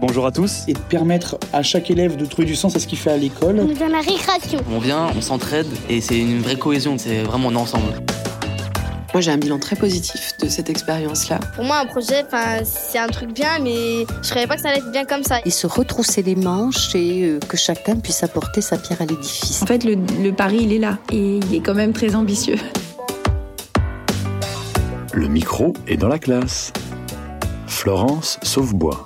Bonjour à tous. Et de permettre à chaque élève de trouver du sens à ce qu'il fait à l'école. On est dans la récréation. On vient, on s'entraide et c'est une vraie cohésion, c'est vraiment un ensemble. Moi, j'ai un bilan très positif de cette expérience-là. Pour moi, un projet, c'est un truc bien, mais je ne savais pas que ça allait être bien comme ça. Et se retrousser les manches et que chacun puisse apporter sa pierre à l'édifice. En fait, le pari, il est là et il est quand même très ambitieux. Le micro est dans la classe. Florence Sauvebois.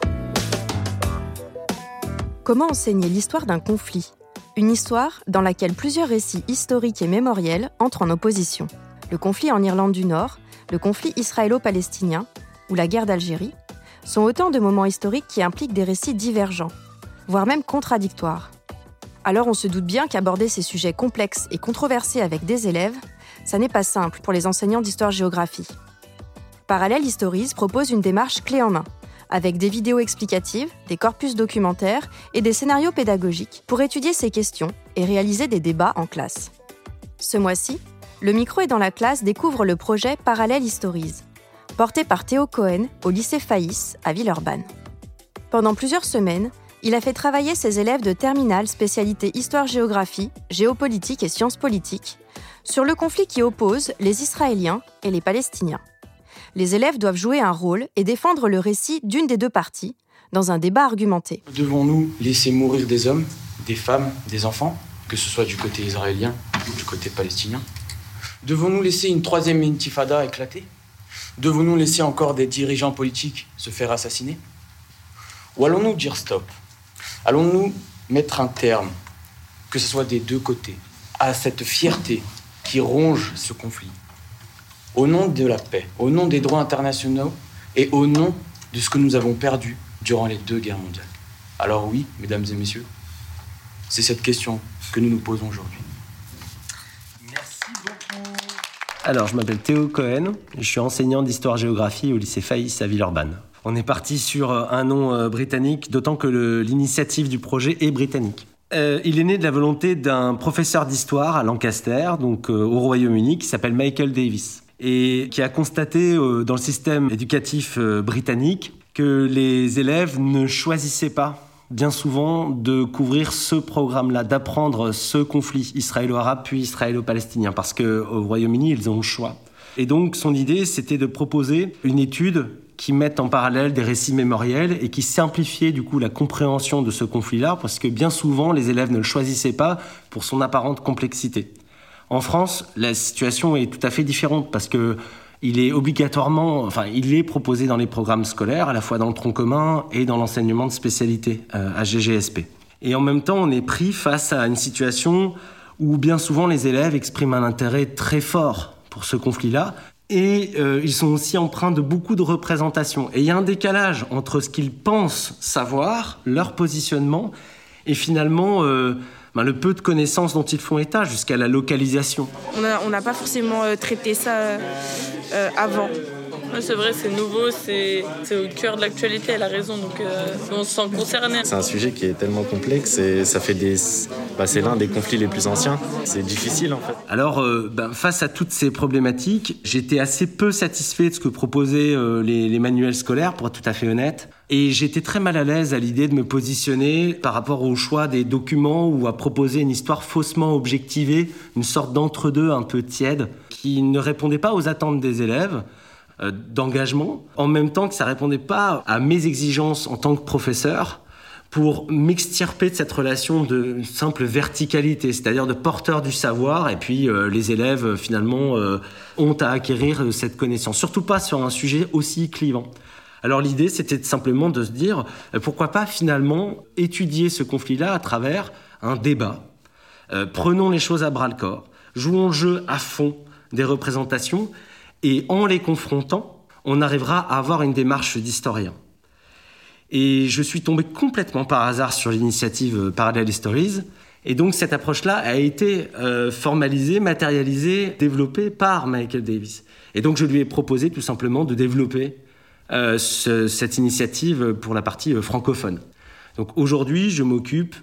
Comment enseigner l'histoire d'un conflit ? Une histoire dans laquelle plusieurs récits historiques et mémoriels entrent en opposition. Le conflit en Irlande du Nord, le conflit israélo-palestinien ou la guerre d'Algérie sont autant de moments historiques qui impliquent des récits divergents, voire même contradictoires. Alors on se doute bien qu'aborder ces sujets complexes et controversés avec des élèves, ça n'est pas simple pour les enseignants d'histoire-géographie. Parallèle Histories propose une démarche clé en main, avec des vidéos explicatives, des corpus documentaires et des scénarios pédagogiques pour étudier ces questions et réaliser des débats en classe. Ce mois-ci, le micro est dans la classe découvre le projet Parallèle Histories, porté par Théo Cohen au lycée Faïs à Villeurbanne. Pendant plusieurs semaines, il a fait travailler ses élèves de terminale spécialité histoire-géographie, géopolitique et sciences politiques sur le conflit qui oppose les Israéliens et les Palestiniens. Les élèves doivent jouer un rôle et défendre le récit d'une des deux parties dans un débat argumenté. Devons-nous laisser mourir des hommes, des femmes, des enfants, que ce soit du côté israélien ou du côté palestinien ? Devons-nous laisser une troisième intifada éclater ? Devons-nous laisser encore des dirigeants politiques se faire assassiner ? Ou allons-nous dire stop ? Allons-nous mettre un terme, que ce soit des deux côtés, à cette fierté qui ronge ce conflit ? Au nom de la paix, au nom des droits internationaux et au nom de ce que nous avons perdu durant les 2 guerres mondiales. Alors oui, mesdames et messieurs, c'est cette question que nous nous posons aujourd'hui. Merci beaucoup. Alors, je m'appelle Théo Cohen, je suis enseignant d'histoire-géographie au lycée Faïs à Villeurbanne. On est parti sur un nom britannique, d'autant que l'initiative du projet est britannique. Il est né de la volonté d'un professeur d'histoire à Lancaster, donc au Royaume-Uni, qui s'appelle Michael Davis, et qui a constaté dans le système éducatif britannique que les élèves ne choisissaient pas, bien souvent, de couvrir ce programme-là, d'apprendre ce conflit israélo-arabe puis israélo-palestinien, parce qu'au Royaume-Uni, ils ont le choix. Et donc, son idée, c'était de proposer une étude qui mette en parallèle des récits mémoriels et qui simplifiait du coup la compréhension de ce conflit-là, parce que bien souvent, les élèves ne le choisissaient pas pour son apparente complexité. En France, la situation est tout à fait différente parce que il est proposé dans les programmes scolaires, à la fois dans le tronc commun et dans l'enseignement de spécialité à GGSP. Et en même temps, on est pris face à une situation où bien souvent les élèves expriment un intérêt très fort pour ce conflit-là et ils sont aussi empreints de beaucoup de représentations. Et il y a un décalage entre ce qu'ils pensent savoir, leur positionnement, et finalement le peu de connaissances dont ils font état, jusqu'à la localisation. On n'a pas forcément traité ça avant. Ouais, c'est vrai, c'est nouveau, c'est au cœur de l'actualité, elle a raison, donc on se sent concerné. C'est un sujet qui est tellement complexe et ça fait c'est l'un des conflits les plus anciens. C'est difficile en fait. Alors, face à toutes ces problématiques, j'étais assez peu satisfait de ce que proposaient les manuels scolaires, pour être tout à fait honnête. Et j'étais très mal à l'aise à l'idée de me positionner par rapport au choix des documents ou à proposer une histoire faussement objectivée, une sorte d'entre-deux un peu tiède, qui ne répondait pas aux attentes des élèves, d'engagement, en même temps que ça répondait pas à mes exigences en tant que professeur pour m'extirper de cette relation de simple verticalité, c'est-à-dire de porteur du savoir, et puis les élèves finalement ont à acquérir cette connaissance, surtout pas sur un sujet aussi clivant. Alors l'idée, c'était simplement de se dire, pourquoi pas finalement étudier ce conflit-là à travers un débat. Prenons les choses à bras-le-corps, jouons le jeu à fond des représentations, et en les confrontant, on arrivera à avoir une démarche d'historien. Et je suis tombé complètement par hasard sur l'initiative Parallèle Histories, et donc cette approche-là a été formalisée, matérialisée, développée par Michael Davis. Et donc je lui ai proposé tout simplement de développer cette initiative pour la partie francophone. Donc aujourd'hui, je m'occupe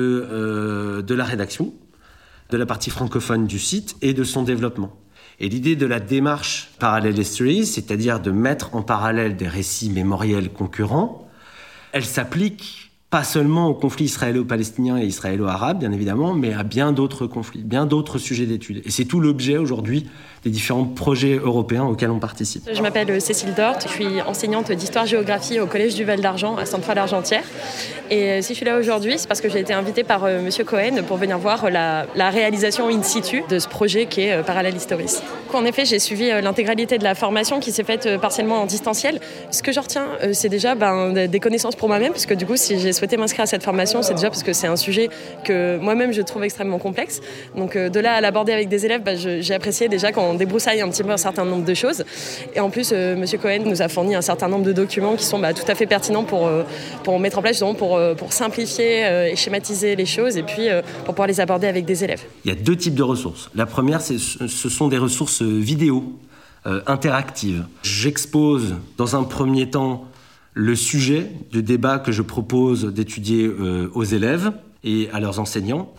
de la rédaction, de la partie francophone du site et de son développement. Et l'idée de la démarche Parallel Histories, c'est-à-dire de mettre en parallèle des récits mémoriels concurrents, elle s'applique pas seulement au conflit israélo-palestinien et israélo-arabe, bien évidemment, mais à bien d'autres conflits, bien d'autres sujets d'études. Et c'est tout l'objet aujourd'hui des différents projets européens auxquels on participe. Je m'appelle Cécile Dort, je suis enseignante d'histoire-géographie au Collège du Val-d'Argent à Sainte-Foy-l'Argentière. Et si je suis là aujourd'hui, c'est parce que j'ai été invitée par Monsieur Cohen pour venir voir la réalisation in situ de ce projet qui est Parallel Histories. En effet, j'ai suivi l'intégralité de la formation qui s'est faite partiellement en distanciel. Ce que je retiens, c'est déjà des connaissances pour moi-même, parce que du coup, si j'ai souhaité m'inscrire à cette formation, c'est déjà parce que c'est un sujet que moi-même je trouve extrêmement complexe. Donc de là à l'aborder avec des élèves, j'ai apprécié déjà qu'on débroussaille un petit peu un certain nombre de choses. Et en plus, Monsieur Cohen nous a fourni un certain nombre de documents qui sont tout à fait pertinents pour mettre en place, justement, pour simplifier et schématiser les choses et puis pour pouvoir les aborder avec des élèves. Il y a 2 types de ressources. La première, ce sont des ressources vidéo interactives. J'expose dans un premier temps le sujet du débat que je propose d'étudier aux élèves et à leurs enseignants.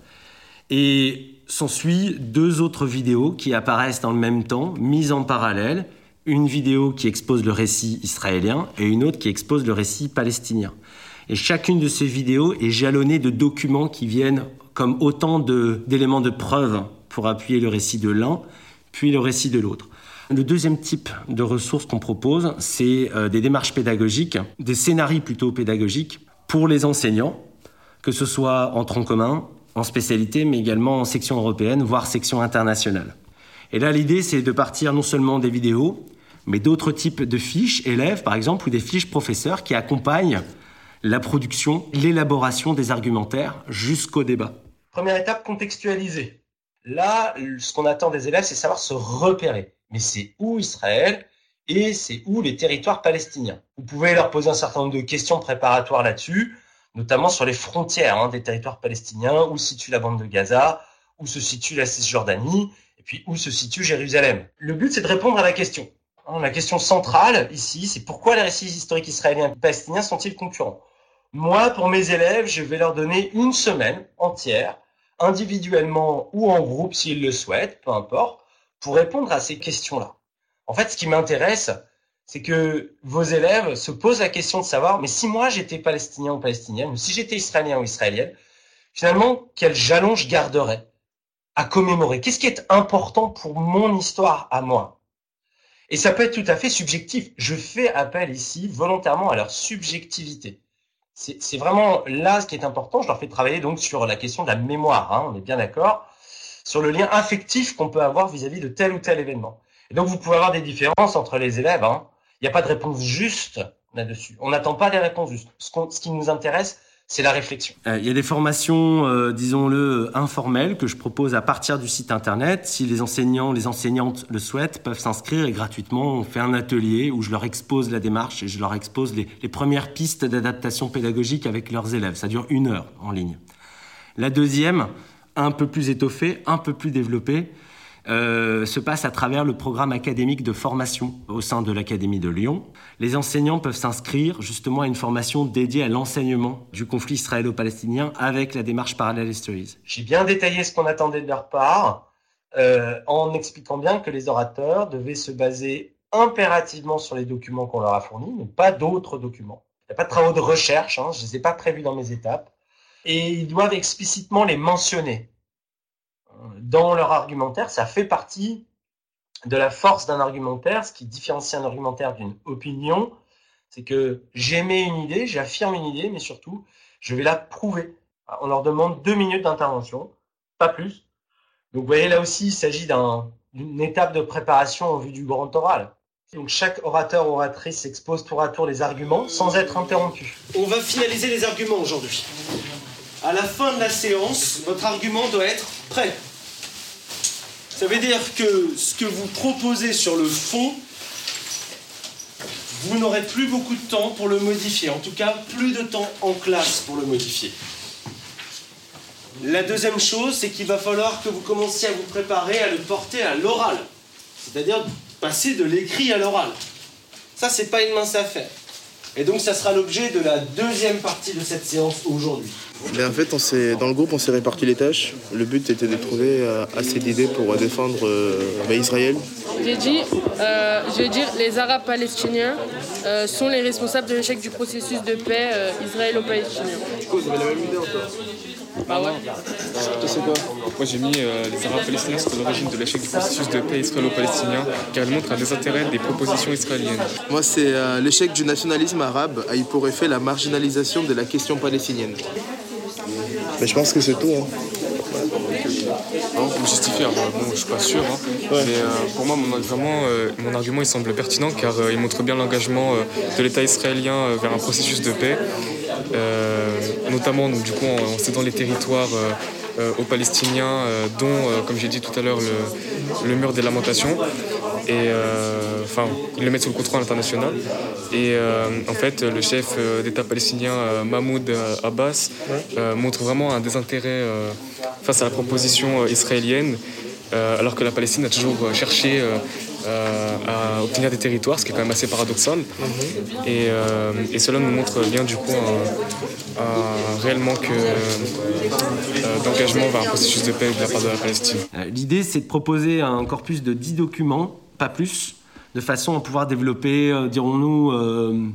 Et s'ensuit 2 autres vidéos qui apparaissent dans le même temps, mises en parallèle. Une vidéo qui expose le récit israélien et une autre qui expose le récit palestinien. Et chacune de ces vidéos est jalonnée de documents qui viennent comme autant d'éléments de preuve pour appuyer le récit de l'un, puis le récit de l'autre. Le deuxième type de ressources qu'on propose, c'est des démarches pédagogiques, des scénarios plutôt pédagogiques pour les enseignants, que ce soit en tronc commun, en spécialité, mais également en section européenne, voire section internationale. Et là, l'idée, c'est de partir non seulement des vidéos, mais d'autres types de fiches élèves, par exemple, ou des fiches professeurs qui accompagnent la production, l'élaboration des argumentaires jusqu'au débat. Première étape, contextualiser. Là, ce qu'on attend des élèves, c'est savoir se repérer. Mais c'est où Israël et c'est où les territoires palestiniens? Vous pouvez leur poser un certain nombre de questions préparatoires là-dessus, notamment sur les frontières des territoires palestiniens, où se situe la bande de Gaza, où se situe la Cisjordanie, et puis où se situe Jérusalem. Le but, c'est de répondre à la question. La question centrale, ici, c'est pourquoi les récits historiques israéliens et palestiniens sont-ils concurrents? Moi, pour mes élèves, je vais leur donner une semaine entière, individuellement ou en groupe s'ils le souhaitent, peu importe, pour répondre à ces questions-là. En fait, ce qui m'intéresse, c'est que vos élèves se posent la question de savoir, mais si moi j'étais palestinien ou palestinienne, ou si j'étais israélien ou israélienne, finalement, quel jalon je garderais à commémorer? Qu'est-ce qui est important pour mon histoire à moi? Et ça peut être tout à fait subjectif. Je fais appel ici volontairement à leur subjectivité. C'est vraiment là ce qui est important. Je leur fais travailler donc sur la question de la mémoire, on est bien d'accord, sur le lien affectif qu'on peut avoir vis-à-vis de tel ou tel événement. Et donc vous pouvez avoir des différences entre les élèves. Il n'y a pas de réponse juste là-dessus. On n'attend pas des réponses justes. Ce qui nous intéresse, c'est la réflexion. Il y a des formations, disons-le, informelles que je propose à partir du site internet. Si les enseignants, les enseignantes le souhaitent, peuvent s'inscrire et gratuitement, on fait un atelier où je leur expose la démarche et je leur expose les premières pistes d'adaptation pédagogique avec leurs élèves. Ça dure 1 heure en ligne. La deuxième, un peu plus étoffée, un peu plus développée, se passe à travers le programme académique de formation au sein de l'Académie de Lyon. Les enseignants peuvent s'inscrire justement à une formation dédiée à l'enseignement du conflit israélo-palestinien avec la démarche Parallel Histories. J'ai bien détaillé ce qu'on attendait de leur part en expliquant bien que les orateurs devaient se baser impérativement sur les documents qu'on leur a fournis, mais pas d'autres documents. Il n'y a pas de travaux de recherche, je ne les ai pas prévus dans mes étapes, et ils doivent explicitement les mentionner dans leur argumentaire. Ça fait partie de la force d'un argumentaire. Ce qui différencie un argumentaire d'une opinion, c'est que j'émets une idée, j'affirme une idée, mais surtout, je vais la prouver. On leur demande 2 minutes d'intervention, pas plus. Donc vous voyez, là aussi, il s'agit d'une étape de préparation en vue du grand oral. Donc chaque orateur ou oratrice expose tour à tour les arguments sans être interrompu. On va finaliser les arguments aujourd'hui. À la fin de la séance, votre argument doit être prêt. Ça veut dire que ce que vous proposez sur le fond, vous n'aurez plus beaucoup de temps pour le modifier. En tout cas, plus de temps en classe pour le modifier. La deuxième chose, c'est qu'il va falloir que vous commenciez à vous préparer à le porter à l'oral. C'est-à-dire passer de l'écrit à l'oral. Ça, c'est pas une mince affaire. Et donc, ça sera l'objet de la deuxième partie de cette séance aujourd'hui. Mais en fait, dans le groupe, on s'est réparti les tâches. Le but était de trouver assez d'idées pour défendre Israël. J'ai dit, je vais dire les Arabes palestiniens, sont les responsables de l'échec du processus de paix israélo-palestinien. Du coup, vous avez la même idée encore? Bah ouais. C'est quoi? Moi j'ai mis les Arabes palestiniens sont à l'origine de l'échec du processus de paix israélo-palestinien car ils montrent un désintérêt des propositions israéliennes. Moi, c'est l'échec du nationalisme arabe a eu pour effet la marginalisation de la question palestinienne. Mais je pense que c'est tout. Non, pour justifier, je suis pas sûr, mais pour moi mon argument il semble pertinent car il montre bien l'engagement de l'État israélien vers un processus de paix, notamment donc, du coup, en cédant les territoires aux Palestiniens, dont, comme j'ai dit tout à l'heure, le mur des lamentations. Et ils le mettent sous le contrôle international. Et en fait, le chef d'État palestinien Mahmoud Abbas montre vraiment un désintérêt face à la proposition israélienne, alors que la Palestine a toujours cherché à obtenir des territoires, ce qui est quand même assez paradoxal. Et cela nous montre bien du coup un réel manque d'engagement vers un processus de paix de la part de la Palestine. L'idée, c'est de proposer un corpus de 10 documents, pas plus, de façon à pouvoir développer, dirons-nous,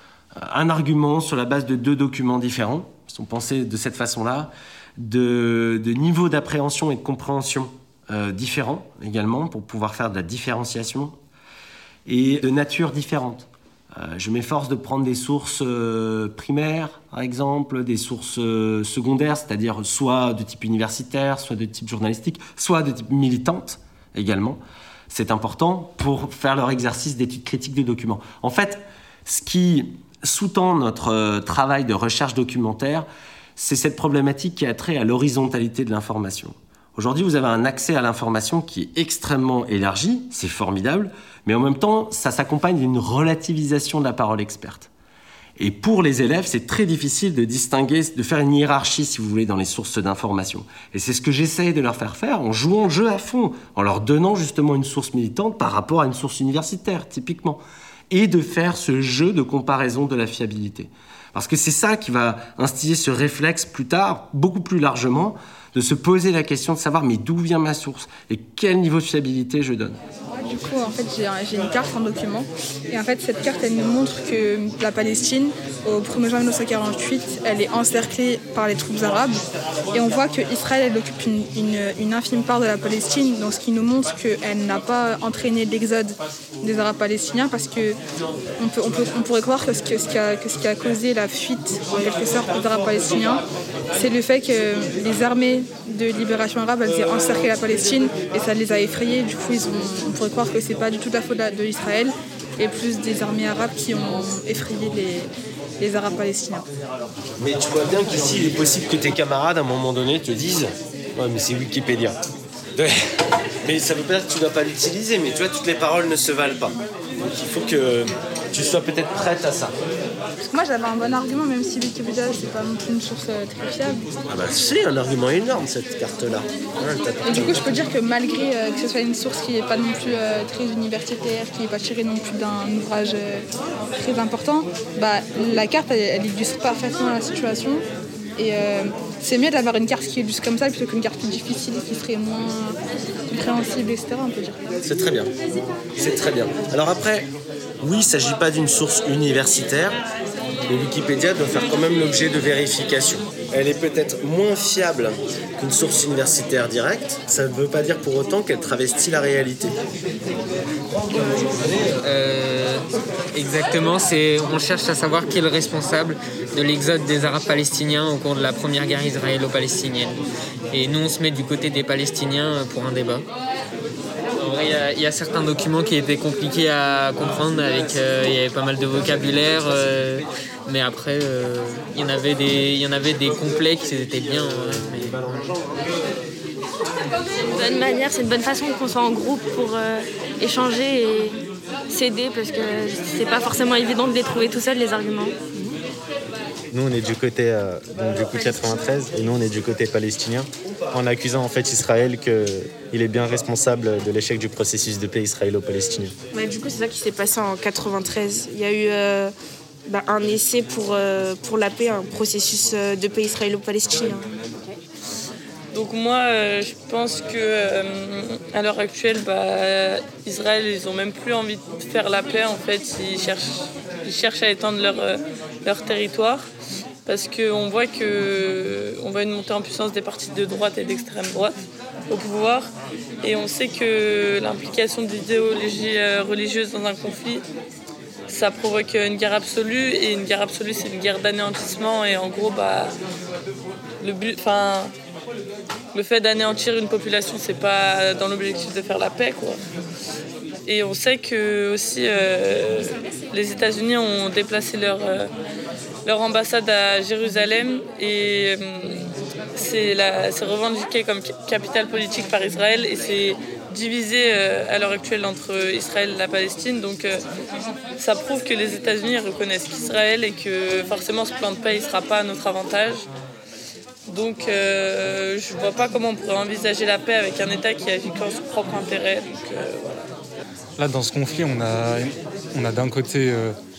un argument sur la base de 2 documents différents, qui sont pensés de cette façon-là, de niveaux d'appréhension et de compréhension différents également, pour pouvoir faire de la différenciation, et de nature différente. Je m'efforce de prendre des sources primaires, par exemple, des sources secondaires, c'est-à-dire soit de type universitaire, soit de type journalistique, soit de type militante également. C'est important pour faire leur exercice d'étude critique de documents. En fait, ce qui sous-tend notre travail de recherche documentaire, c'est cette problématique qui a trait à l'horizontalité de l'information. Aujourd'hui, vous avez un accès à l'information qui est extrêmement élargi, c'est formidable, mais en même temps, ça s'accompagne d'une relativisation de la parole experte. Et pour les élèves, c'est très difficile de distinguer, de faire une hiérarchie, si vous voulez, dans les sources d'information. Et c'est ce que j'essaye de leur faire faire en jouant le jeu à fond, en leur donnant justement une source militante par rapport à une source universitaire, typiquement, et de faire ce jeu de comparaison de la fiabilité. Parce que c'est ça qui va instiller ce réflexe plus tard, beaucoup plus largement, de se poser la question de savoir mais d'où vient ma source et quel niveau de fiabilité je donne. Du coup, en fait, j'ai une carte en document. Et en fait, cette carte, elle nous montre que la Palestine, au 1er janvier 1948, elle est encerclée par les troupes arabes. Et on voit qu'Israël, elle occupe une infime part de la Palestine, donc ce qui nous montre qu'elle n'a pas entraîné l'exode des Arabes palestiniens, parce qu'on pourrait croire que ce qui a causé la fuite, en quelque sorte, des Arabes palestiniens, c'est le fait que les armées de libération arabe, elles aient encerclé la Palestine et ça les a effrayés. Du coup, on pourrait croire que c'est pas du tout la faute de l'Israël et plus des armées arabes qui ont effrayé les Arabes palestiniens. Mais tu vois bien qu'ici, il est possible que tes camarades, à un moment donné, te disent « Ouais, mais c'est Wikipédia. » Mais ça veut pas dire que tu dois pas l'utiliser, mais tu vois, toutes les paroles ne se valent pas. Donc il faut que tu sois peut-être prête à ça. Parce que moi, j'avais un bon argument, même si Wikipédia, c'est pas non plus une source très fiable. Ah bah c'est un argument énorme, cette carte-là. Et du coup, je peux dire que malgré que ce soit une source qui n'est pas non plus très universitaire, qui n'est pas tirée non plus d'un ouvrage très important, la carte, elle illustre parfaitement la situation. Et c'est mieux d'avoir une carte qui illustre comme ça plutôt qu'une carte plus difficile et qui serait moins compréhensible, etc. on peut dire. C'est très bien. C'est très bien. Alors après, oui, il ne s'agit pas d'une source universitaire, mais Wikipédia doit faire quand même l'objet de vérification. Elle est peut-être moins fiable qu'une source universitaire directe. Ça ne veut pas dire pour autant qu'elle travestit la réalité. Exactement, on cherche à savoir qui est le responsable de l'exode des Arabes palestiniens au cours de la première guerre israélo-palestinienne. Et nous, on se met du côté des Palestiniens pour un débat. En vrai, il y a certains documents qui étaient compliqués à comprendre, il y avait pas mal de vocabulaire, mais après, il y en avait des complets qui étaient bien. C'est une bonne manière, c'est une bonne façon qu'on soit en groupe pour échanger et s'aider, parce que c'est pas forcément évident de les trouver tout seul, les arguments. Nous, on est du côté du coup 93, et nous, on est du côté palestinien, en accusant en fait Israël qu'il est bien responsable de l'échec du processus de paix israélo-palestinien. Ouais, du coup, c'est ça qui s'est passé en 93. Il y a eu un essai pour la paix, un processus de paix israélo-palestinien. Donc moi, je pense que à l'heure actuelle, Israël, ils ont même plus envie de faire la paix. En fait, ils cherchent ils cherchent à étendre leur territoire parce qu'on voit une montée en puissance des partis de droite et d'extrême droite au pouvoir et on sait que l'implication d'idéologies religieuses dans un conflit ça provoque une guerre absolue et une guerre absolue c'est une guerre d'anéantissement et en gros le fait d'anéantir une population c'est pas dans l'objectif de faire la paix quoi. Et on sait que aussi les États-Unis ont déplacé leur ambassade à Jérusalem et c'est revendiqué comme capitale politique par Israël et c'est divisé à l'heure actuelle entre Israël et la Palestine. Donc ça prouve que les États-Unis reconnaissent qu'Israël et que forcément ce plan de paix ne sera pas à notre avantage. Donc je ne vois pas comment on pourrait envisager la paix avec un État qui agit qu'en son propre intérêt. Donc, voilà. Là, dans ce conflit, on a d'un côté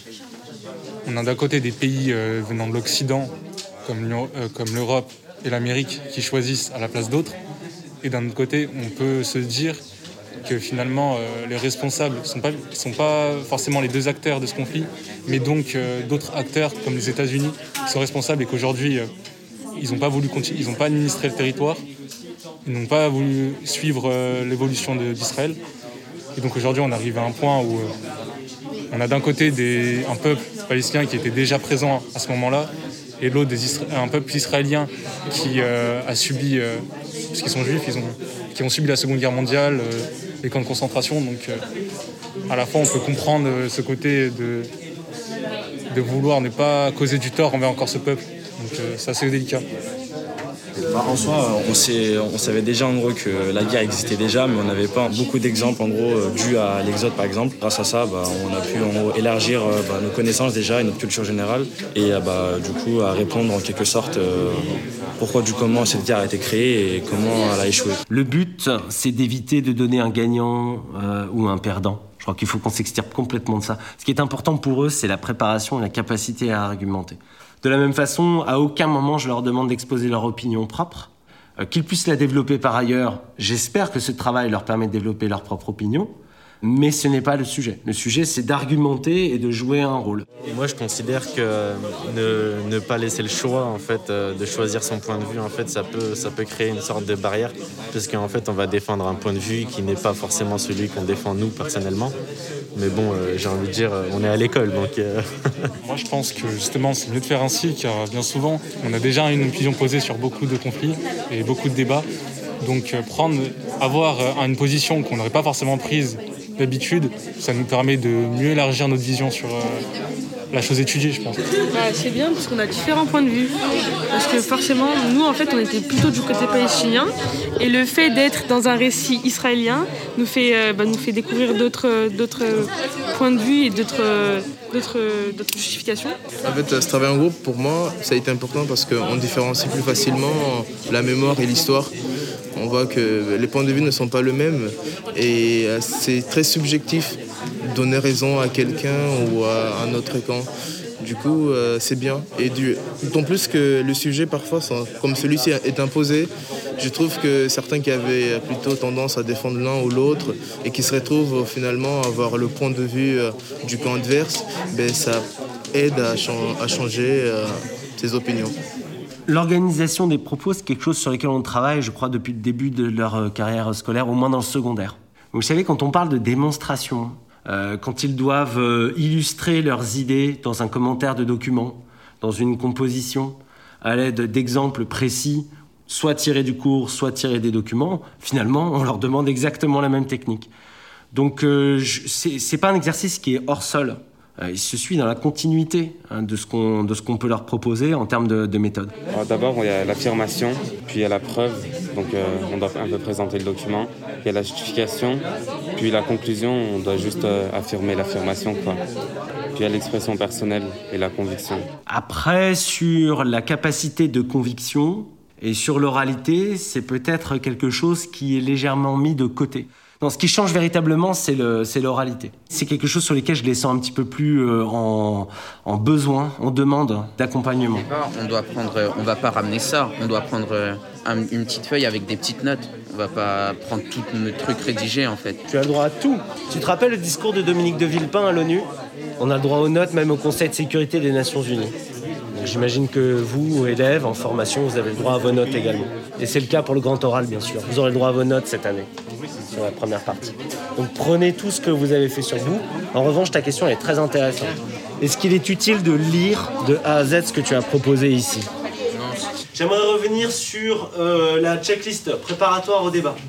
des pays venant de l'Occident, comme l'Europe et l'Amérique, qui choisissent à la place d'autres. Et d'un autre côté, on peut se dire que finalement, les responsables ne sont pas forcément les deux acteurs de ce conflit, mais donc d'autres acteurs comme les États-Unis qui sont responsables et qu'aujourd'hui, ils n'ont pas administré le territoire, ils n'ont pas voulu suivre l'évolution d'Israël. Et donc aujourd'hui, on arrive à un point où on a d'un côté un peuple palestinien qui était déjà présent à ce moment-là, et l'autre un peuple israélien qui a subi, parce qu'ils sont juifs, qui ont subi la Seconde Guerre mondiale, les camps de concentration. Donc à la fois, on peut comprendre ce côté de vouloir ne pas causer du tort envers encore ce peuple. Donc c'est assez délicat. En soi, on savait déjà en gros que la guerre existait déjà, mais on n'avait pas beaucoup d'exemples en gros dus à l'Exode par exemple. Grâce à ça, on a pu en gros élargir nos connaissances déjà et notre culture générale et du coup à répondre en quelque sorte pourquoi du comment cette guerre a été créée et comment elle a échoué. Le but, c'est d'éviter de donner un gagnant ou un perdant. Je crois qu'il faut qu'on s'extirpe complètement de ça. Ce qui est important pour eux, c'est la préparation et la capacité à argumenter. De la même façon, à aucun moment je leur demande d'exposer leur opinion propre, qu'ils puissent la développer par ailleurs. J'espère que ce travail leur permet de développer leur propre opinion, mais ce n'est pas le sujet. Le sujet, c'est d'argumenter et de jouer un rôle. Et moi, je considère que ne pas laisser le choix, en fait, de choisir son point de vue, en fait, ça peut créer une sorte de barrière, parce qu'en fait, on va défendre un point de vue qui n'est pas forcément celui qu'on défend nous personnellement. Mais bon, j'ai envie de dire, on est à l'école, donc. Moi, je pense que justement, c'est mieux de faire ainsi, car bien souvent, on a déjà une opinion posée sur beaucoup de conflits et beaucoup de débats. Donc, avoir une position qu'on n'aurait pas forcément prise d'habitude, ça nous permet de mieux élargir notre vision sur la chose étudiée, je pense. C'est bien parce qu'on a différents points de vue. Parce que forcément, nous, en fait, on était plutôt du côté palestinien. Et le fait d'être dans un récit israélien nous fait découvrir d'autres points de vue et d'autres justifications. En fait, ce travail en groupe, pour moi, ça a été important parce qu'on différencie plus facilement la mémoire et l'histoire. On voit que les points de vue ne sont pas les mêmes et c'est très subjectif donner raison à quelqu'un ou à un autre camp. Du coup, c'est bien. Et d'autant plus que le sujet, parfois, comme celui-ci est imposé, je trouve que certains qui avaient plutôt tendance à défendre l'un ou l'autre et qui se retrouvent finalement à avoir le point de vue du camp adverse, ça aide à changer ses opinions. L'organisation des propos, c'est quelque chose sur lequel on travaille, je crois, depuis le début de leur carrière scolaire, au moins dans le secondaire. Vous savez, quand on parle de démonstration, quand ils doivent illustrer leurs idées dans un commentaire de document, dans une composition, à l'aide d'exemples précis, soit tirés du cours, soit tirés des documents, finalement, on leur demande exactement la même technique. Donc, c'est pas un exercice qui est hors sol. Il se suit dans la continuité de ce qu'on peut leur proposer en termes de méthode. Alors d'abord, il y a l'affirmation, puis il y a la preuve, donc on doit un peu présenter le document. Il y a la justification, puis la conclusion, on doit juste affirmer l'affirmation, quoi. Puis il y a l'expression personnelle et la conviction. Après, sur la capacité de conviction et sur l'oralité, c'est peut-être quelque chose qui est légèrement mis de côté. Non, ce qui change véritablement, c'est l'oralité. C'est quelque chose sur lequel je les sens un petit peu plus en besoin, en demande d'accompagnement. On va pas ramener ça. On doit prendre une petite feuille avec des petites notes. On va pas prendre tout le truc rédigé, en fait. Tu as le droit à tout. Tu te rappelles le discours de Dominique de Villepin à l'ONU ? On a le droit aux notes, même au Conseil de sécurité des Nations Unies. Donc, j'imagine que vous, élèves, en formation, vous avez le droit à vos notes également. Et c'est le cas pour le grand oral, bien sûr. Vous aurez le droit à vos notes cette année, sur la première partie. Donc prenez tout ce que vous avez fait sur vous. En revanche, ta question est très intéressante. Est-ce qu'il est utile de lire de A à Z ce que tu as proposé ici ? J'aimerais revenir sur la checklist préparatoire au débat.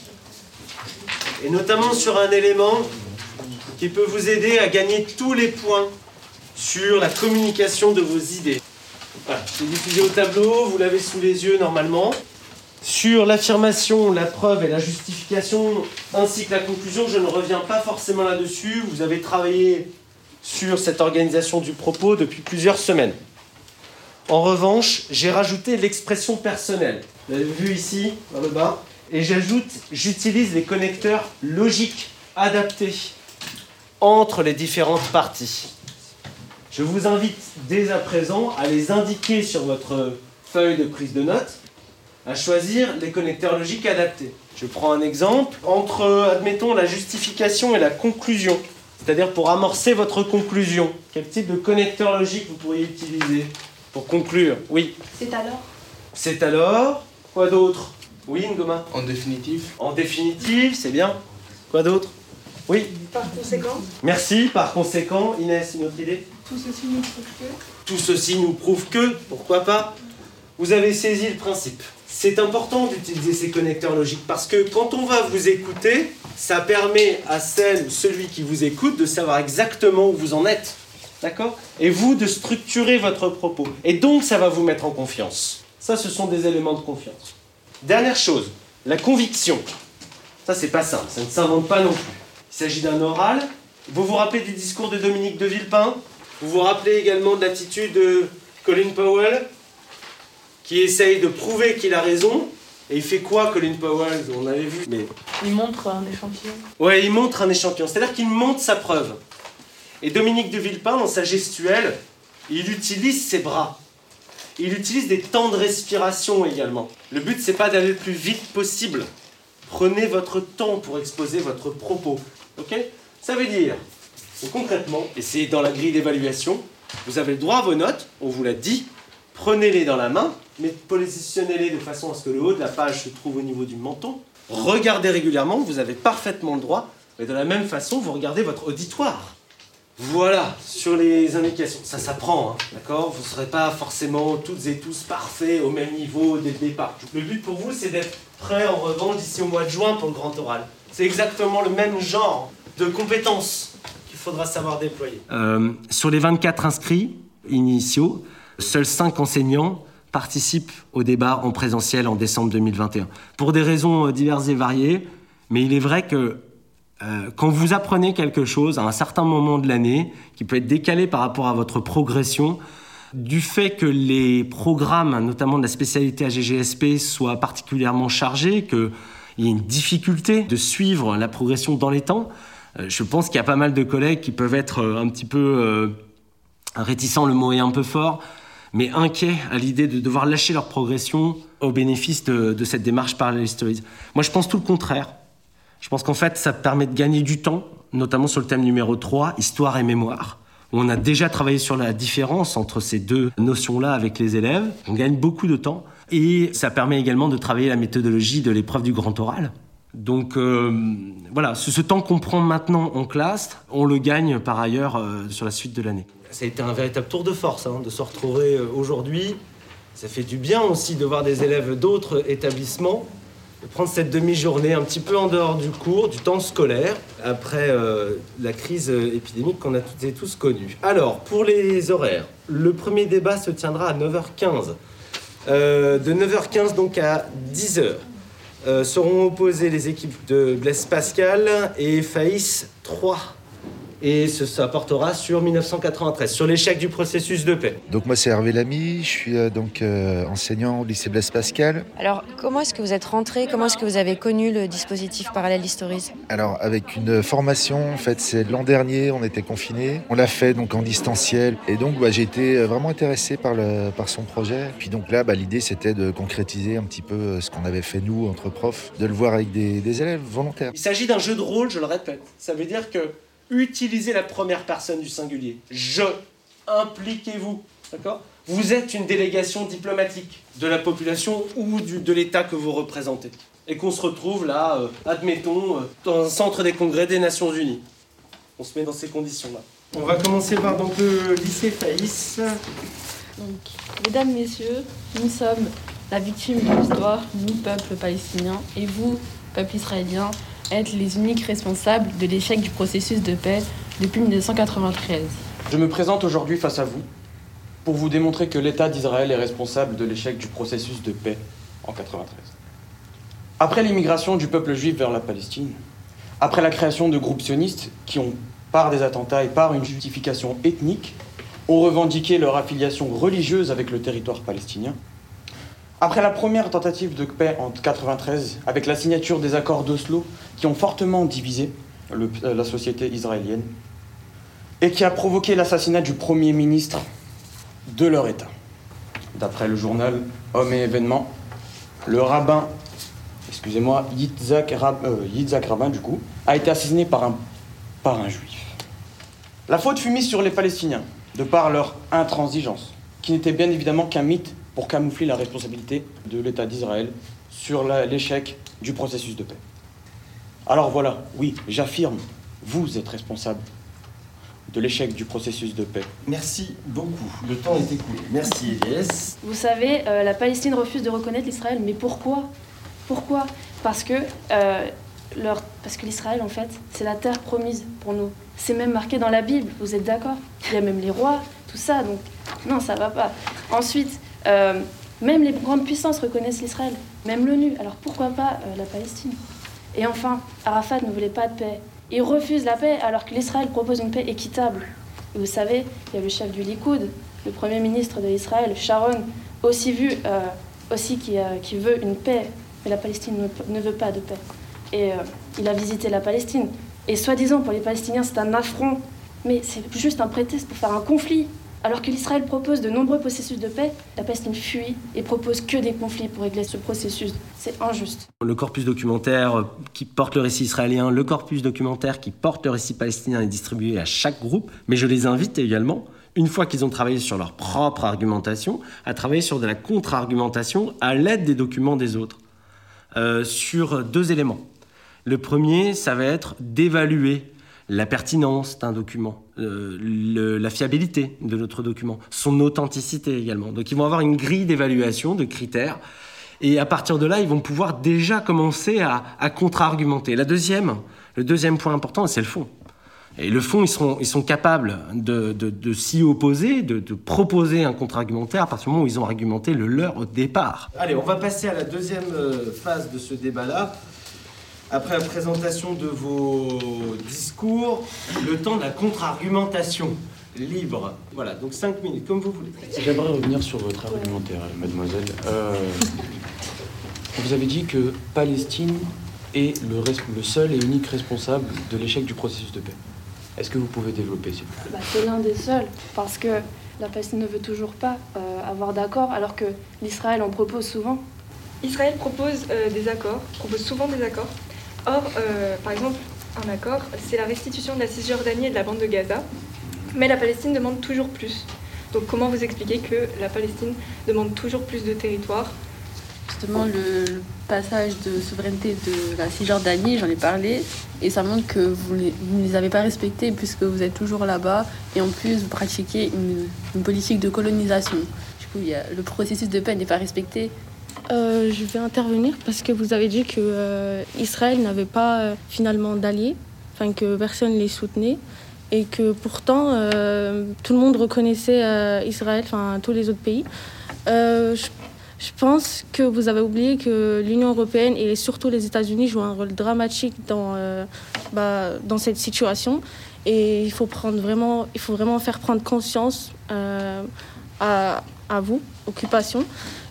Et notamment sur un élément qui peut vous aider à gagner tous les points sur la communication de vos idées. Voilà, c'est diffusé au tableau, vous l'avez sous les yeux normalement. Sur l'affirmation, la preuve et la justification, ainsi que la conclusion, je ne reviens pas forcément là-dessus. Vous avez travaillé sur cette organisation du propos depuis plusieurs semaines. En revanche, j'ai rajouté l'expression personnelle. Vous l'avez vu ici, dans le bas. Et j'utilise les connecteurs logiques adaptés entre les différentes parties. Je vous invite dès à présent à les indiquer sur votre feuille de prise de notes, à choisir les connecteurs logiques adaptés. Je prends un exemple. Entre, admettons, la justification et la conclusion, c'est-à-dire pour amorcer votre conclusion, quel type de connecteur logique vous pourriez utiliser pour conclure ? Oui. C'est alors. C'est alors. Quoi d'autre ? Oui, Ngoma ? En définitive. En définitive, c'est bien. Quoi d'autre ? Oui. Par conséquent. Merci. Par conséquent, Inès, une autre idée ? Tout ceci nous prouve que. Tout ceci nous prouve que, pourquoi pas ? Vous avez saisi le principe. C'est important d'utiliser ces connecteurs logiques parce que quand on va vous écouter, ça permet à celle ou celui qui vous écoute de savoir exactement où vous en êtes. D'accord ? Et vous, de structurer votre propos. Et donc, ça va vous mettre en confiance. Ça, ce sont des éléments de confiance. Dernière chose, la conviction. Ça, c'est pas simple. Ça ne s'invente pas non plus. Il s'agit d'un oral. Vous vous rappelez du discours de Dominique de Villepin ? Vous vous rappelez également de l'attitude de Colin Powell, qui essaye de prouver qu'il a raison. Et il fait quoi, Colin Powell ? On avait vu. Mais... Il montre un échantillon. Ouais, il montre un échantillon. C'est-à-dire qu'il montre sa preuve. Et Dominique de Villepin, dans sa gestuelle, il utilise ses bras. Il utilise des temps de respiration également. Le but, c'est pas d'aller le plus vite possible. Prenez votre temps pour exposer votre propos. Ok ? Ça veut dire, concrètement, et c'est dans la grille d'évaluation, vous avez le droit à vos notes, on vous l'a dit, prenez-les dans la main, mais positionnez-les de façon à ce que le haut de la page se trouve au niveau du menton. Regardez régulièrement, vous avez parfaitement le droit, mais de la même façon, vous regardez votre auditoire. Voilà, sur les indications. Ça s'apprend, hein, d'accord ? Vous ne serez pas forcément toutes et tous parfaits au même niveau dès le départ. Le but pour vous, c'est d'être prêt en revanche d'ici au mois de juin pour le grand oral. C'est exactement le même genre de compétences qu'il faudra savoir déployer. Sur les 24 inscrits initiaux, seuls 5 enseignants participent au débat en présentiel en décembre 2021. Pour des raisons diverses et variées, mais il est vrai que quand vous apprenez quelque chose à un certain moment de l'année, qui peut être décalé par rapport à votre progression, du fait que les programmes, notamment de la spécialité AGGSP, soient particulièrement chargés, qu'il y ait une difficulté de suivre la progression dans les temps, je pense qu'il y a pas mal de collègues qui peuvent être un petit peu réticents, le mot est un peu fort, mais inquiets à l'idée de devoir lâcher leur progression au bénéfice de cette démarche Parallel Histories. Moi, je pense tout le contraire. Je pense qu'en fait, ça permet de gagner du temps, notamment sur le thème numéro 3, Histoire et mémoire, où on a déjà travaillé sur la différence entre ces deux notions-là avec les élèves. On gagne beaucoup de temps. Et ça permet également de travailler la méthodologie de l'épreuve du grand oral. Donc voilà, ce temps qu'on prend maintenant en classe, on le gagne par ailleurs sur la suite de l'année. Ça a été un véritable tour de force de se retrouver aujourd'hui. Ça fait du bien aussi de voir des élèves d'autres établissements, de prendre cette demi-journée un petit peu en dehors du cours, du temps scolaire, après la crise épidémique qu'on a toutes et tous connue. Alors, pour les horaires, le premier débat se tiendra à 9h15. De 9h15 donc à 10h. Seront opposées les équipes de Blaise Pascal et Faïs 3. Et ça portera sur 1993, sur l'échec du processus de paix. Donc moi c'est Hervé Lamy, je suis enseignant au lycée Blaise Pascal. Alors comment est-ce que vous êtes rentré? Comment est-ce que vous avez connu le dispositif Parallèle Stories? Alors avec une formation, en fait c'est l'an dernier, on était confinés. On l'a fait donc en distanciel. Et donc j'ai été vraiment intéressé par son projet. Puis donc là l'idée c'était de concrétiser un petit peu ce qu'on avait fait nous entre profs, de le voir avec des élèves volontaires. Il s'agit d'un jeu de rôle, je le répète. Ça veut dire que utilisez la première personne du singulier. Je. Impliquez-vous. D'accord ? Vous êtes une délégation diplomatique de la population ou de l'État que vous représentez. Et qu'on se retrouve là, admettons, dans un centre des congrès des Nations Unies. On se met dans ces conditions-là. On va commencer par donc, le lycée Faïs. Donc, mesdames, messieurs, nous sommes la victime de l'histoire, nous, peuple palestinien, et vous, peuple israélien, êtes les uniques responsables de l'échec du processus de paix depuis 1993. Je me présente aujourd'hui face à vous pour vous démontrer que l'État d'Israël est responsable de l'échec du processus de paix en 1993. Après l'immigration du peuple juif vers la Palestine, après la création de groupes sionistes qui ont, par des attentats et par une justification ethnique, ont revendiqué leur affiliation religieuse avec le territoire palestinien, après la première tentative de paix en 1993, avec la signature des accords d'Oslo qui ont fortement divisé la société israélienne et qui a provoqué l'assassinat du Premier ministre de leur État. D'après le journal Hommes et Événements, le rabbin, Yitzhak Rabin, du coup, a été assassiné par un juif. La faute fut mise sur les Palestiniens, de par leur intransigeance, qui n'était bien évidemment qu'un mythe pour camoufler la responsabilité de l'État d'Israël sur l'échec du processus de paix. Alors voilà, oui, j'affirme, vous êtes responsable de l'échec du processus de paix. Merci beaucoup. Le temps est écoulé. Merci, Eliès. Vous savez, la Palestine refuse de reconnaître l'Israël, mais pourquoi ? Pourquoi ? Parce que l'Israël, en fait, c'est la terre promise pour nous. C'est même marqué dans la Bible, vous êtes d'accord ? Il y a même les rois, tout ça, donc non, ça va pas. Ensuite, même les grandes puissances reconnaissent l'Israël, même l'ONU, alors pourquoi pas la Palestine ? Et enfin, Arafat ne voulait pas de paix. Il refuse la paix alors que l'Israël propose une paix équitable. Et vous savez, il y a le chef du Likoud, le premier ministre de Israël, Sharon, aussi qui veut une paix, mais la Palestine ne veut pas de paix. Et il a visité la Palestine. Et soi-disant, pour les Palestiniens, c'est un affront, mais c'est juste un prétexte pour faire un conflit. Alors que l'Israël propose de nombreux processus de paix, la Palestine fuit et propose que des conflits pour régler ce processus. C'est injuste. Le corpus documentaire qui porte le récit israélien, le corpus documentaire qui porte le récit palestinien est distribué à chaque groupe, mais je les invite également, une fois qu'ils ont travaillé sur leur propre argumentation, à travailler sur de la contre-argumentation à l'aide des documents des autres, sur 2 éléments. Le premier, ça va être d'évaluer la pertinence d'un document, la fiabilité de notre document, son authenticité également. Donc ils vont avoir une grille d'évaluation, de critères, et à partir de là, ils vont pouvoir déjà commencer à contre-argumenter. Le deuxième point important, c'est le fond. Et le fond, ils sont capables de s'y opposer, de proposer un contre-argumentaire à partir du moment où ils ont argumenté le leur au départ. Allez, on va passer à la deuxième phase de ce débat-là. Après la présentation de vos discours, le temps de la contre-argumentation libre. Voilà, donc 5 minutes, comme vous voulez. J'aimerais revenir sur votre argumentaire, mademoiselle. Vous avez dit que Palestine est le seul et unique responsable de l'échec du processus de paix. Est-ce que vous pouvez développer, s'il vous plaît ? C'est l'un des seuls, parce que la Palestine ne veut toujours pas avoir d'accord, alors que l'Israël en propose souvent. Israël propose souvent des accords. Or, par exemple, un accord, c'est la restitution de la Cisjordanie et de la bande de Gaza, mais la Palestine demande toujours plus. Donc comment vous expliquez que la Palestine demande toujours plus de territoire ? Justement, le passage de souveraineté de la Cisjordanie, j'en ai parlé, et ça montre que vous ne les avez pas respectés puisque vous êtes toujours là-bas, et en plus vous pratiquez une politique de colonisation. Du coup, le processus de paix n'est pas respecté. Je vais intervenir parce que vous avez dit que Israël n'avait pas finalement d'alliés, enfin que personne ne les soutenait et que pourtant tout le monde reconnaissait Israël, enfin tous les autres pays. Je pense que vous avez oublié que l'Union européenne et surtout les États-Unis jouent un rôle dramatique dans cette situation Et il faut vraiment faire prendre conscience à vous, occupation,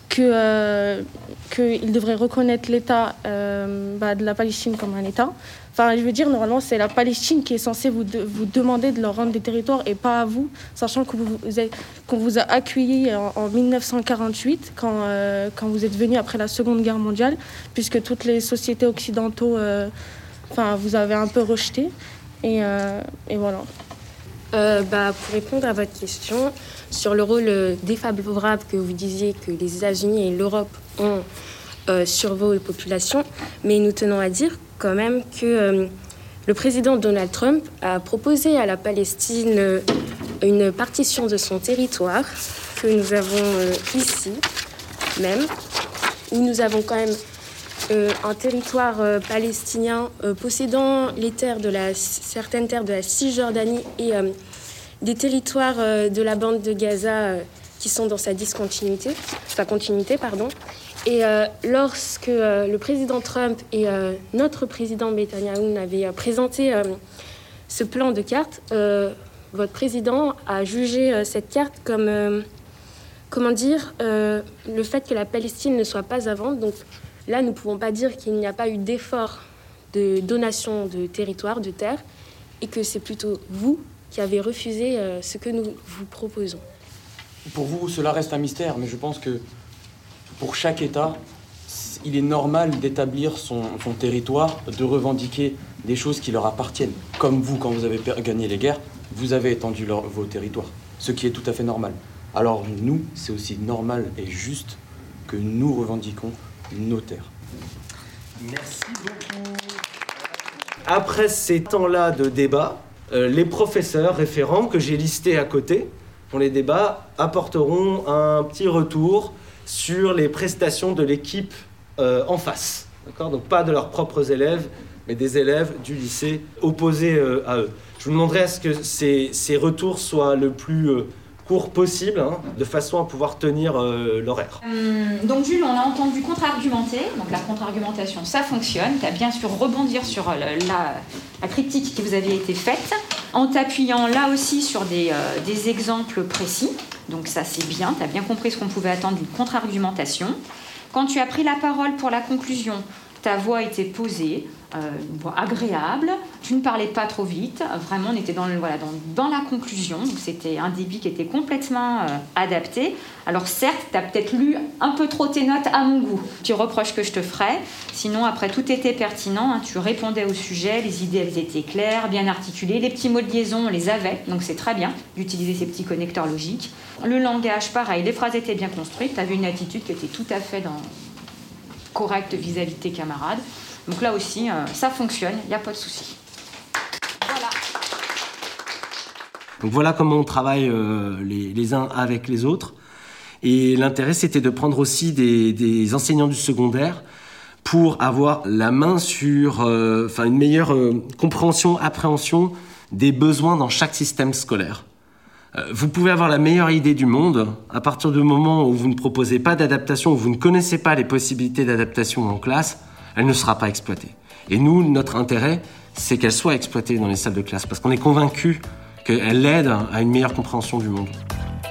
qu'ils devraient reconnaître l'État de la Palestine comme un État. Enfin, je veux dire, normalement, c'est la Palestine qui est censée vous demander de leur rendre des territoires et pas à vous, sachant qu'on vous a accueillis en 1948, quand vous êtes venus après la Seconde Guerre mondiale, puisque toutes les sociétés occidentales vous avez un peu rejeté. Et voilà. Pour répondre à votre question, sur le rôle défavorable que vous disiez que les États-Unis et l'Europe ont sur vos populations, mais nous tenons à dire quand même que le président Donald Trump a proposé à la Palestine une partition de son territoire que nous avons ici même, où nous avons quand même un territoire palestinien possédant certaines terres de la Cisjordanie et des territoires de la bande de Gaza qui sont dans sa continuité. Et lorsque le président Trump et notre président Netanyahou avaient présenté ce plan de carte, votre président a jugé cette carte comme, le fait que la Palestine ne soit pas à vendre. Donc là, nous ne pouvons pas dire qu'il n'y a pas eu d'effort de donation de territoire, de terre, et que c'est plutôt vous qui avez refusé ce que nous vous proposons. Pour vous, cela reste un mystère, mais je pense que pour chaque État, il est normal d'établir son territoire, de revendiquer des choses qui leur appartiennent. Comme vous, quand vous avez gagné les guerres, vous avez étendu vos territoires, ce qui est tout à fait normal. Alors nous, c'est aussi normal et juste que nous revendiquons nos terres. Merci beaucoup. Après ces temps-là de débat, les professeurs référents que j'ai listés à côté pour les débats apporteront un petit retour sur les prestations de l'équipe en face. D'accord ? Donc pas de leurs propres élèves, mais des élèves du lycée opposés à eux. Je vous demanderai à ce que ces retours soient le plus courts possible, de façon à pouvoir tenir l'horaire. Donc Jules, on a entendu contre-argumenter. Donc la contre-argumentation, ça fonctionne. Tu as bien sûr rebondir sur la critique qui vous avait été faite, en t'appuyant là aussi sur des exemples précis. Donc ça, c'est bien. Tu as bien compris ce qu'on pouvait attendre d'une contre-argumentation. Quand tu as pris la parole pour la conclusion, ta voix était posée, une voix agréable, tu ne parlais pas trop vite, vraiment on était dans la conclusion, donc c'était un débit qui était complètement adapté. Alors certes, tu as peut-être lu un peu trop tes notes à mon goût, tu reproches que je te ferais, sinon après tout était pertinent, tu répondais au sujet, les idées elles étaient claires, bien articulées, les petits mots de liaison on les avait, donc c'est très bien d'utiliser ces petits connecteurs logiques. Le langage pareil, les phrases étaient bien construites, tu avais une attitude qui était tout à fait correcte vis-à-vis de tes camarades. Donc là aussi, ça fonctionne, il n'y a pas de souci. Voilà. Donc voilà comment on travaille les uns avec les autres. Et l'intérêt, c'était de prendre aussi des enseignants du secondaire pour avoir la main sur une meilleure compréhension, appréhension des besoins dans chaque système scolaire. Vous pouvez avoir la meilleure idée du monde, à partir du moment où vous ne proposez pas d'adaptation, où vous ne connaissez pas les possibilités d'adaptation en classe, elle ne sera pas exploitée. Et nous, notre intérêt, c'est qu'elle soit exploitée dans les salles de classe, parce qu'on est convaincus qu'elle aide à une meilleure compréhension du monde.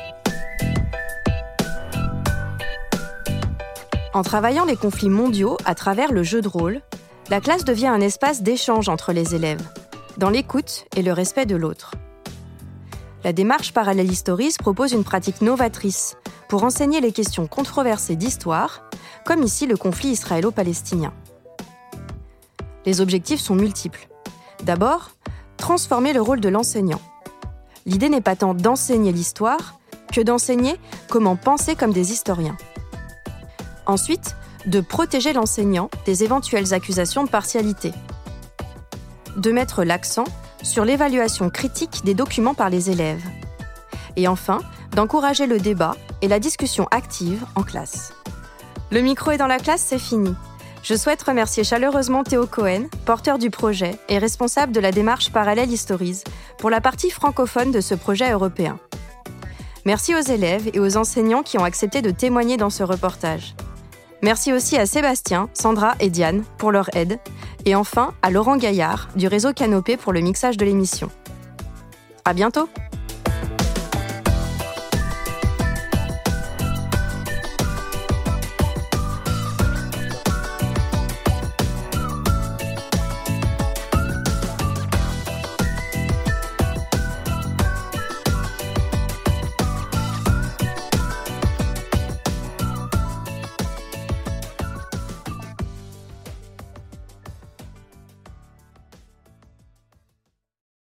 En travaillant les conflits mondiaux à travers le jeu de rôle, la classe devient un espace d'échange entre les élèves, dans l'écoute et le respect de l'autre. La démarche Parallel Histories propose une pratique novatrice pour enseigner les questions controversées d'histoire, comme ici le conflit israélo-palestinien. Les objectifs sont multiples. D'abord, transformer le rôle de l'enseignant. L'idée n'est pas tant d'enseigner l'histoire que d'enseigner comment penser comme des historiens. Ensuite, de protéger l'enseignant des éventuelles accusations de partialité. De mettre l'accent sur l'évaluation critique des documents par les élèves. Et enfin, d'encourager le débat et la discussion active en classe. Le micro est dans la classe, c'est fini. Je souhaite remercier chaleureusement Théo Cohen, porteur du projet et responsable de la démarche Parallel Histories, pour la partie francophone de ce projet européen. Merci aux élèves et aux enseignants qui ont accepté de témoigner dans ce reportage. Merci aussi à Sébastien, Sandra et Diane pour leur aide. Et enfin, à Laurent Gaillard, du réseau Canopé pour le mixage de l'émission. À bientôt!